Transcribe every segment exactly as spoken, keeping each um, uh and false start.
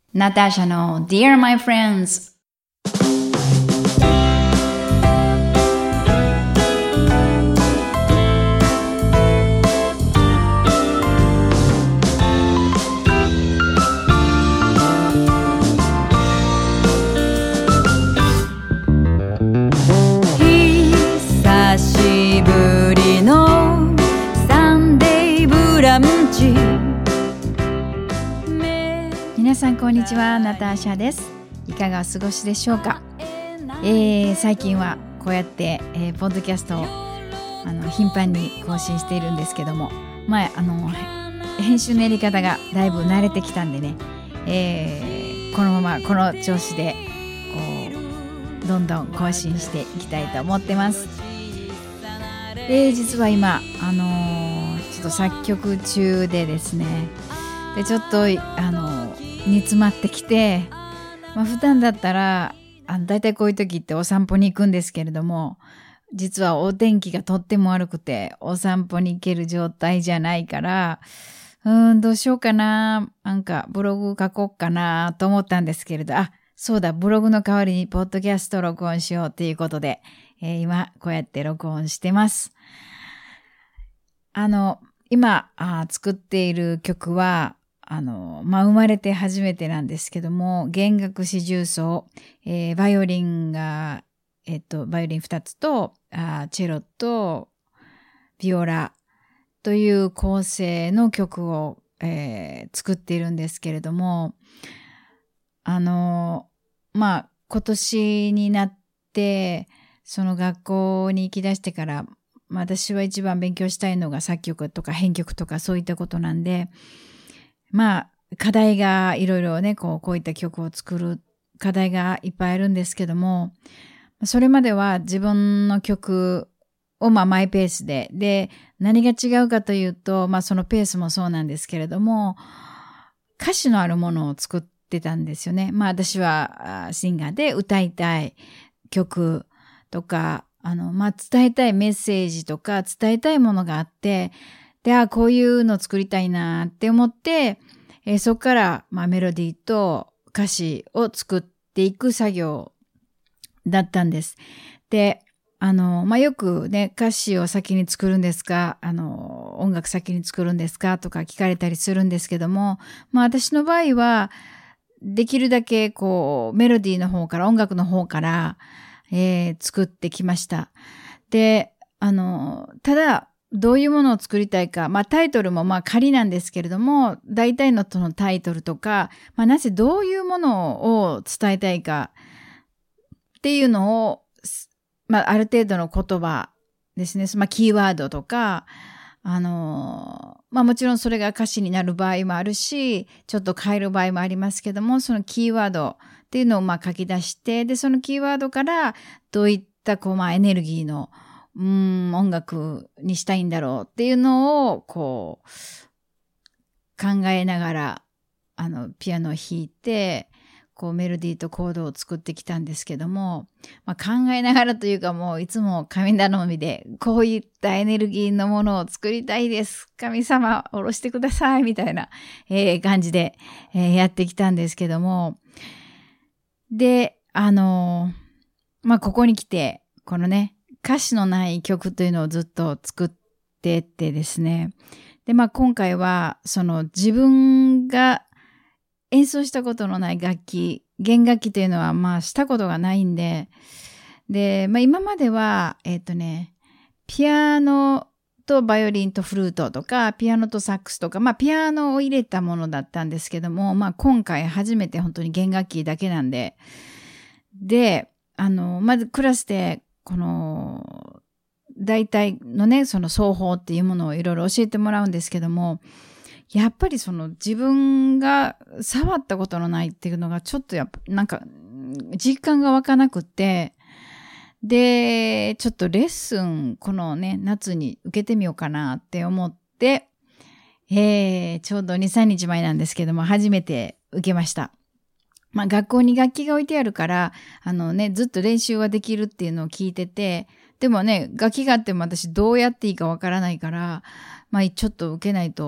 ナターシャの Dear My Friends。 久しぶりのサンデーブランチ。 皆さんこんにちは、ナターシャです。いかがお過ごしでしょうか。えー、最近はこうやって、えー、ポッドキャストをあの頻繁に更新しているんですけども、前あの編集のやり方がだいぶ慣れてきたんでね、えー、このままこの調子でこうどんどん更新していきたいと思ってます。で実は今あのー、ちょっと作曲中でですね、でちょっとあの煮詰まってきて、まあ、普段だったらあのだいたいこういう時ってお散歩に行くんですけれども、実はお天気がとっても悪くてお散歩に行ける状態じゃないから、うーんどうしようかな、なんかブログ書こうかなと思ったんですけれど、あそうだ、ブログの代わりにポッドキャスト録音しようっていうことで、えー、今こうやって録音してます。あの今あ作っている曲はあの、まあ、生まれて初めてなんですけども、弦楽四重奏、えー、バイオリンが、えっと、バイオリンふたつと、あチェロとビオラという構成の曲を、えー、作っているんですけれども、あの、まあ、今年になって、その学校に行き出してから、まあ、私は一番勉強したいのが作曲とか編曲とかそういったことなんで、まあ、課題がいろいろね、こう、こういった曲を作る課題がいっぱいあるんですけども、それまでは自分の曲をまあマイペースで、で、何が違うかというと、まあそのペースもそうなんですけれども、歌詞のあるものを作ってたんですよね。まあ私はシンガーで歌いたい曲とか、あの、まあ伝えたいメッセージとか伝えたいものがあって、で、あ、こういうの作りたいなって思って、えー、そこから、まあ、メロディーと歌詞を作っていく作業だったんです。で、あの、まあ、よくね、歌詞を先に作るんですか、あの、音楽先に作るんですかとか聞かれたりするんですけども、まあ、私の場合は、できるだけ、こう、メロディーの方から、音楽の方から、えー、作ってきました。で、あの、ただ、どういうものを作りたいか。まあタイトルもまあ仮なんですけれども、大体のそのタイトルとか、まあなぜどういうものを伝えたいかっていうのを、まあある程度の言葉ですね。まあキーワードとか、あの、まあもちろんそれが歌詞になる場合もあるし、ちょっと変える場合もありますけども、そのキーワードっていうのをまあ書き出して、で、そのキーワードからどういったこうまあエネルギーのうーん、音楽にしたいんだろうっていうのをこう考えながらあのピアノを弾いてこうメロディーとコードを作ってきたんですけども、まあ、考えながらというかもういつも神頼みでこういったエネルギーのものを作りたいです。神様下ろしてくださいみたいな、えー、感じで、えー、やってきたんですけども、で、あのー、まあ、ここに来てこのね歌詞のない曲というのをずっと作ってってですね。で、まあ今回はその自分が演奏したことのない楽器、弦楽器というのはまあしたことがないんで、で、まあ今までは、えっとね、ピアノとバイオリンとフルートとか、ピアノとサックスとか、まあピアノを入れたものだったんですけども、まあ今回初めて本当に弦楽器だけなんで、で、あの、まずクラスで、この大体のねその奏法っていうものをいろいろ教えてもらうんですけども、やっぱりその自分が触ったことのないっていうのがちょっとやっぱなんか実感が湧かなくって、でちょっとレッスンこのね夏に受けてみようかなって思って、えー、ちょうど に,さん 日前なんですけども初めて受けました。まあ学校に楽器が置いてあるから、あのね、ずっと練習はできるっていうのを聞いてて、でもね、楽器があっても私どうやっていいかわからないから、まあちょっと受けないと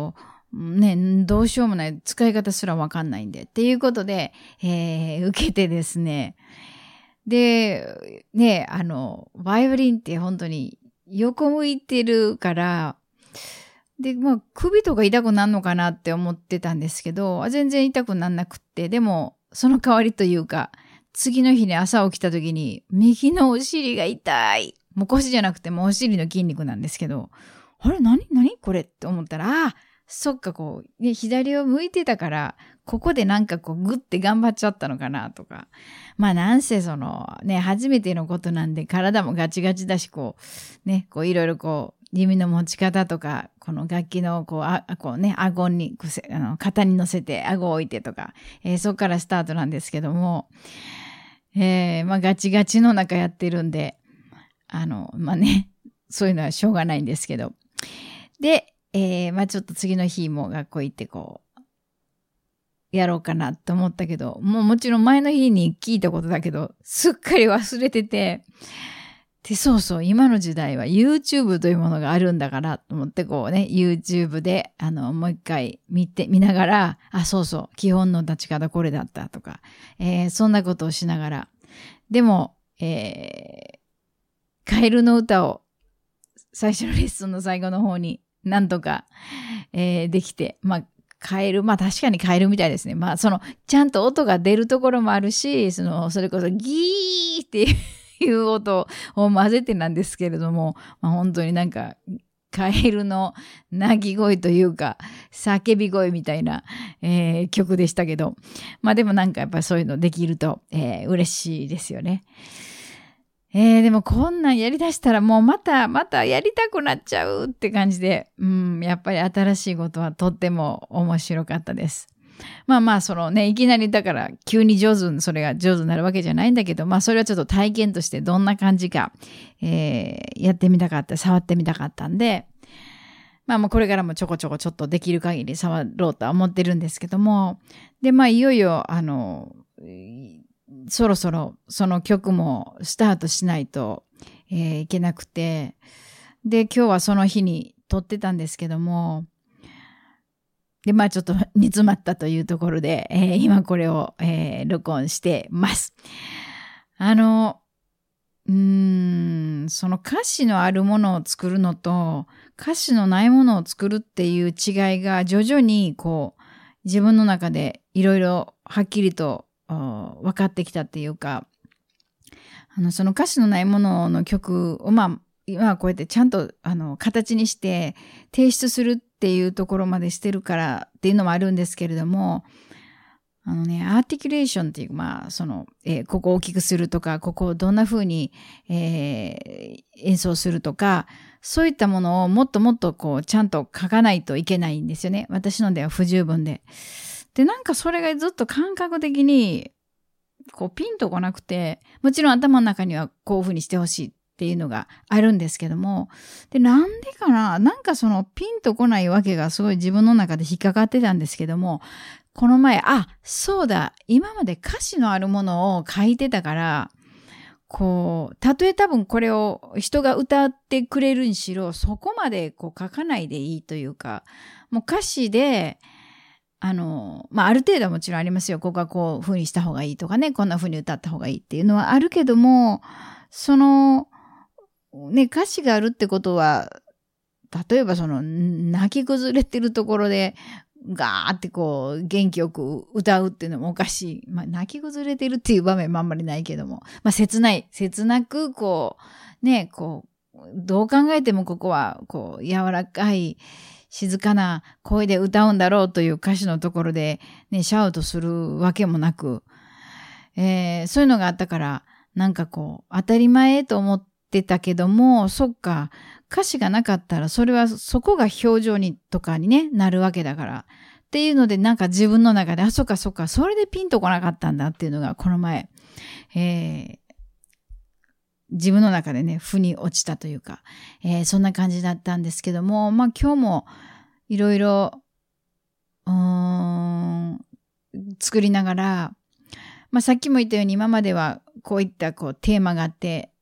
ね、どうしようもない、使い方すらわかんないんで。っていうことで、えー、受けてですね。で、ね、あの、バイオリンって本当に横向いてるから、で、まあ、首とか痛くなるのかなって思ってたんですけど、全然痛くなんなくって、でも、その代わりというか、次の日に朝起きた時に、右のお尻が痛い。もう腰じゃなくてもうお尻の筋肉なんですけど、あれ何何これって思ったら、ああ、そっかこう、ね、左を向いてたから、ここでなんかこうグッて頑張っちゃったのかなとか。まあなんせそのね、初めてのことなんで体もガチガチだし、こう、ね、こういろいろこう、弓の持ち方とか、この楽器のこう、あこうね、顎に、あの肩に乗せて顎を置いてとか、えー、そこからスタートなんですけども、えー、まあガチガチの中やってるんで、あの、まあね、そういうのはしょうがないんですけど。で、えー、まあちょっと次の日も学校行ってこう、やろうかなと思ったけど、もうもちろん前の日に聞いたことだけど、すっかり忘れてて、で、そうそう、今の時代は YouTube というものがあるんだからと思ってこうね、YouTube で、あの、もう一回見て、見ながら、あ、そうそう、基本の立ち方これだったとか、えー、そんなことをしながら、でも、えー、カエルの歌を最初のレッスンの最後の方になんとか、えー、できて、まあ、カエル、まあ確かにカエルみたいですね。まあその、ちゃんと音が出るところもあるし、その、それこそギーっていう音を混ぜてなんですけれども、まあ本当になんか、カエルの鳴き声というか、叫び声みたいな、えー、曲でしたけど、まあでもなんかやっぱりそういうのできると、えー、嬉しいですよね。えー、でもこんなんやりだしたらもうまた、またやりたくなっちゃうって感じで、うん、やっぱり新しいことはとっても面白かったです。まあまあ、そのね、いきなりだから急に上手、それが上手になるわけじゃないんだけど、まあそれはちょっと体験としてどんな感じか、えー、やってみたかった、触ってみたかったんで、まあもうこれからもちょこちょこちょっとできる限り触ろうとは思ってるんですけども、で、まあいよいよ、あの、そろそろその曲もスタートしないと、えー、いけなくて、で、今日はその日に撮ってたんですけども、で、まあちょっと煮詰まったというところで、えー、今これを、えー、録音してます。あの、うーん、その歌詞のあるものを作るのと、歌詞のないものを作るっていう違いが徐々にこう、自分の中でいろいろはっきりと分かってきたっていうか、あの、その歌詞のないものの曲を、まあ、今はこうやってちゃんと、あの、形にして提出するっていうところまでしてるからっていうのもあるんですけれども、あのね、アーティキュレーションっていう、まあ、その、えー、ここを大きくするとか、ここをどんな風に、えー、演奏するとか、そういったものをもっともっとこう、ちゃんと書かないといけないんですよね。私のでは不十分で。で、なんかそれがずっと感覚的に、こうピンとこなくて、もちろん頭の中にはこういう風にしてほしいっていうのがあるんですけども、で、なんでかな、なんかそのピンとこないわけがすごい自分の中で引っかかってたんですけども、この前、あ、そうだ、今まで歌詞のあるものを書いてたから、こう、たとえ多分これを人が歌ってくれるにしろ、そこまでこう書かないでいいというか、もう歌詞で、あの、まあ、ある程度はもちろんありますよ。ここはこういう風にした方がいいとかね、こんな風に歌った方がいいっていうのはあるけども、その、ね、歌詞があるってことは、例えばその、泣き崩れてるところで、ガーってこう、元気よく歌うっていうのもおかしい。まあ、泣き崩れてるっていう場面もあんまりないけども、まあ、切ない、切なく、こう、ね、こう、どう考えてもここは、こう、柔らかい、静かな声で歌うんだろうという歌詞のところで、ね、シャウトするわけもなく、えー、そういうのがあったから、なんかこう、当たり前と思ってたけども、そっか、歌詞がなかったら、それはそこが表情にとかにね、なるわけだから。っていうので、なんか自分の中で、あ、そっかそっか、それでピンとこなかったんだっていうのが、この前、えー、自分の中でね、負に落ちたというか、えー、そんな感じだったんですけども、まあ今日もいろいろ、うーん、作りながら、まあさっきも言ったように今まではこういったこうテーマがあって、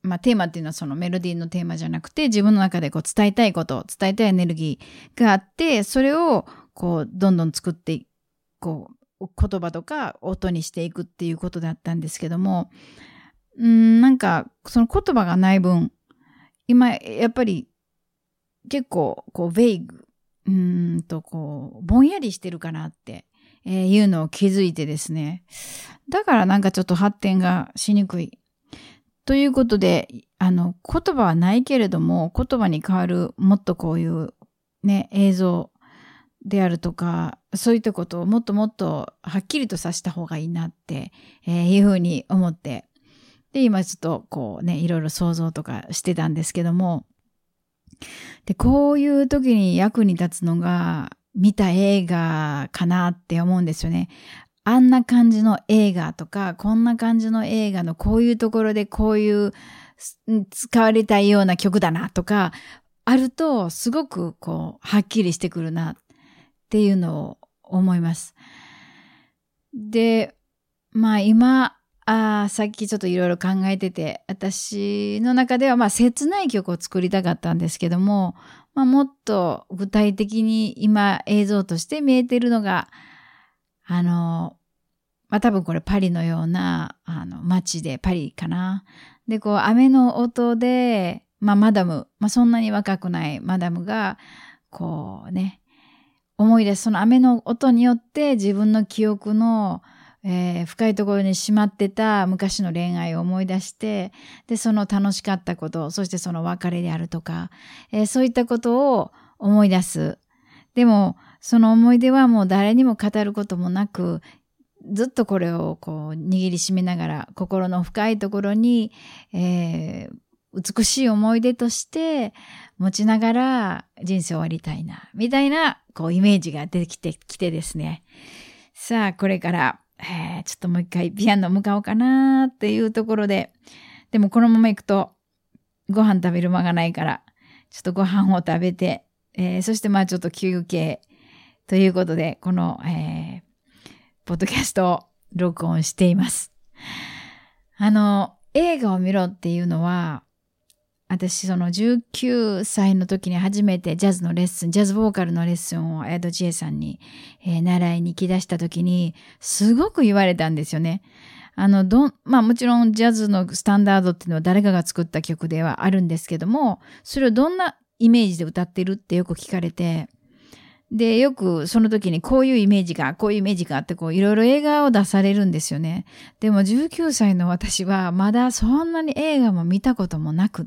まあテーマっていうのはそのメロディーのテーマじゃなくて、自分の中でこう伝えたいこと、伝えたいエネルギーがあって、それをこうどんどん作って、こう言葉とか音にしていくっていうことだったんですけども、うん、なんかその言葉がない分、今やっぱり結構こうベイグ、うーんとこうぼんやりしてるかなって、えー、いうのを気づいてですね。だからなんかちょっと発展がしにくい。ということで、あの言葉はないけれども、言葉に代わるもっとこういうね映像であるとか、そういったことをもっともっとはっきりとさせた方がいいなって、えー、いうふうに思って、で今ちょっとこうねいろいろ想像とかしてたんですけども、でこういう時に役に立つのが見た映画かなって思うんですよね。あんな感じの映画とか、こんな感じの映画のこういうところでこういう使われたいような曲だなとかあると、すごくこうはっきりしてくるなっていうのを思います。で、まあ今あさっきちょっといろいろ考えてて、私の中ではまあ切ない曲を作りたかったんですけども、まあ、もっと具体的に今映像として見えてるのが、あの、まあ、多分これパリのようなあの街で、パリかな。で、こう雨の音で、まあマダム、まあそんなに若くないマダムが、こうね、思い出す、その雨の音によって自分の記憶の、えー、深いところにしまってた昔の恋愛を思い出して、で、その楽しかったこと、そしてその別れであるとか、えー、そういったことを思い出す。でも、その思い出はもう誰にも語ることもなく、ずっとこれをこう握りしめながら、心の深いところに、えー、美しい思い出として持ちながら人生を終わりたいな、みたいなこうイメージが出てきてきてですね。さあ、これから、えー、ちょっともう一回ピアノ向かおうかなっていうところで、でもこのまま行くとご飯食べる間がないから、ちょっとご飯を食べて、えー、そしてまあちょっと休憩ということで、この、えー、ポッドキャストを録音しています。あの、映画を見ろっていうのは、私そのじゅうきゅうさいの時に初めてジャズのレッスン、ジャズボーカルのレッスンをエド・ジエさんに、えー、習いに行き出した時に、すごく言われたんですよね。あの、どん、まあもちろんジャズのスタンダードっていうのは誰かが作った曲ではあるんですけども、それをどんなイメージで歌ってるってよく聞かれて、で、よくその時にこういうイメージが、こういうイメージがあって、こういろいろ映画を出されるんですよね。でもじゅうきゅうさいの私はまだそんなに映画も見たこともなくって、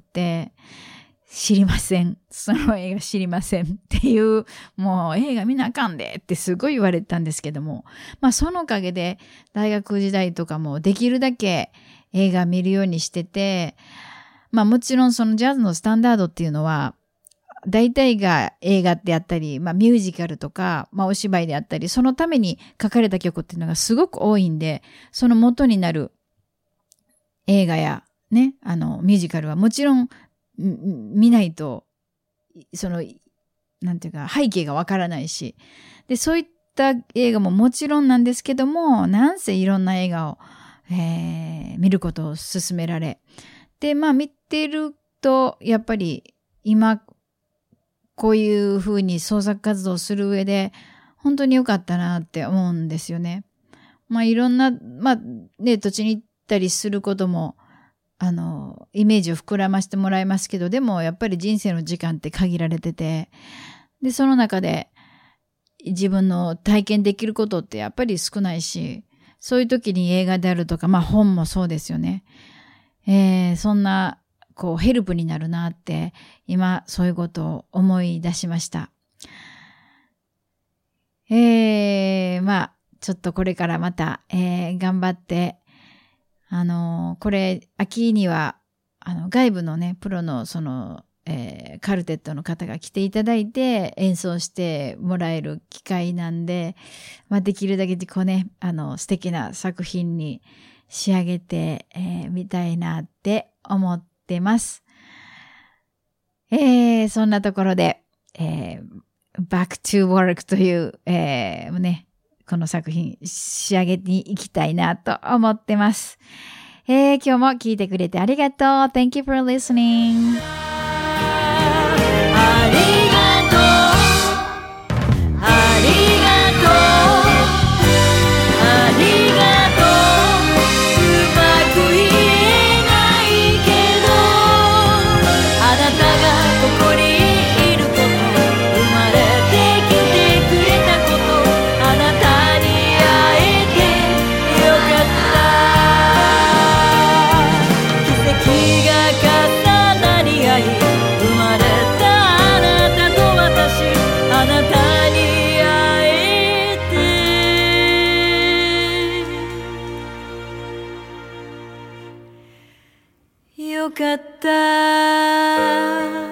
知りません。その映画知りませんっていう、もう映画見なあかんでってすごい言われてたんですけども、まあそのおかげで大学時代とかもできるだけ映画見るようにしてて、まあもちろんそのジャズのスタンダードっていうのは、大体が映画であったり、まあミュージカルとか、まあお芝居であったり、そのために書かれた曲っていうのがすごく多いんで、その元になる映画やね、あのミュージカルはもちろん見ないと、その、なんていうか背景がわからないし、で、そういった映画ももちろんなんですけども、なんせいろんな映画を、えー、見ることを勧められ、で、まあ見てると、やっぱり今、こういうふうに創作活動をする上で本当に良かったなって思うんですよね。まあいろんな、まあね、土地に行ったりすることも、あの、イメージを膨らましてもらいますけど、でもやっぱり人生の時間って限られてて、で、その中で自分の体験できることってやっぱり少ないし、そういう時に映画であるとか、まあ本もそうですよね。えー、そんな、こうヘルプになるなって今そういうことを思い出しました。えー、まあちょっとこれからまた、えー、頑張ってあのー、これ秋にはあの外部のねプロのその、えー、カルテットの方が来ていただいて演奏してもらえる機会なんで、まあ、できるだけこうねあの素敵な作品に仕上げてみ、えー、たいなって思って出ます。えー、そんなところで、えー、Back to Work という、えー、ね、この作品仕上げに行きたいなと思ってます。 えー、今日も聞いてくれてありがとう。Thank you for listening. ありがとう、ありがとう、ありがとう。うまく言えないけど、あなたがここにいること、生まれてきてくれたこと、あなたに会えてよかった。奇跡が重なり合い、生まれたあなたと私、あなたに会えてよかった。